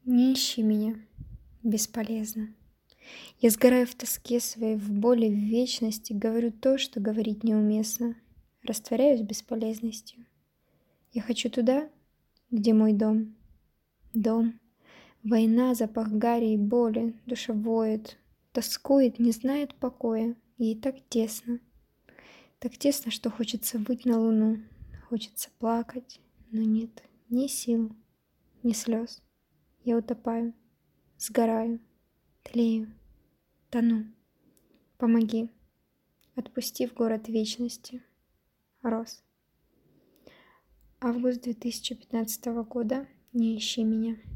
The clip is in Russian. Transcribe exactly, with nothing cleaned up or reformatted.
Не ищи меня, бесполезно. Я сгораю в тоске своей, в боли, в вечности, говорю то, что говорить неуместно, растворяюсь бесполезностью. Я хочу туда, где мой дом. Дом. Война, запах гари и боли, душа воет, тоскует, не знает покоя, ей так тесно. Так тесно, что хочется выть на луну, хочется плакать, но нет ни сил, ни слез. Я утопаю, сгораю, тлею, тону. Помоги, отпусти в город вечности. Роз. Август две тысячи пятнадцатого года. Не ищи меня.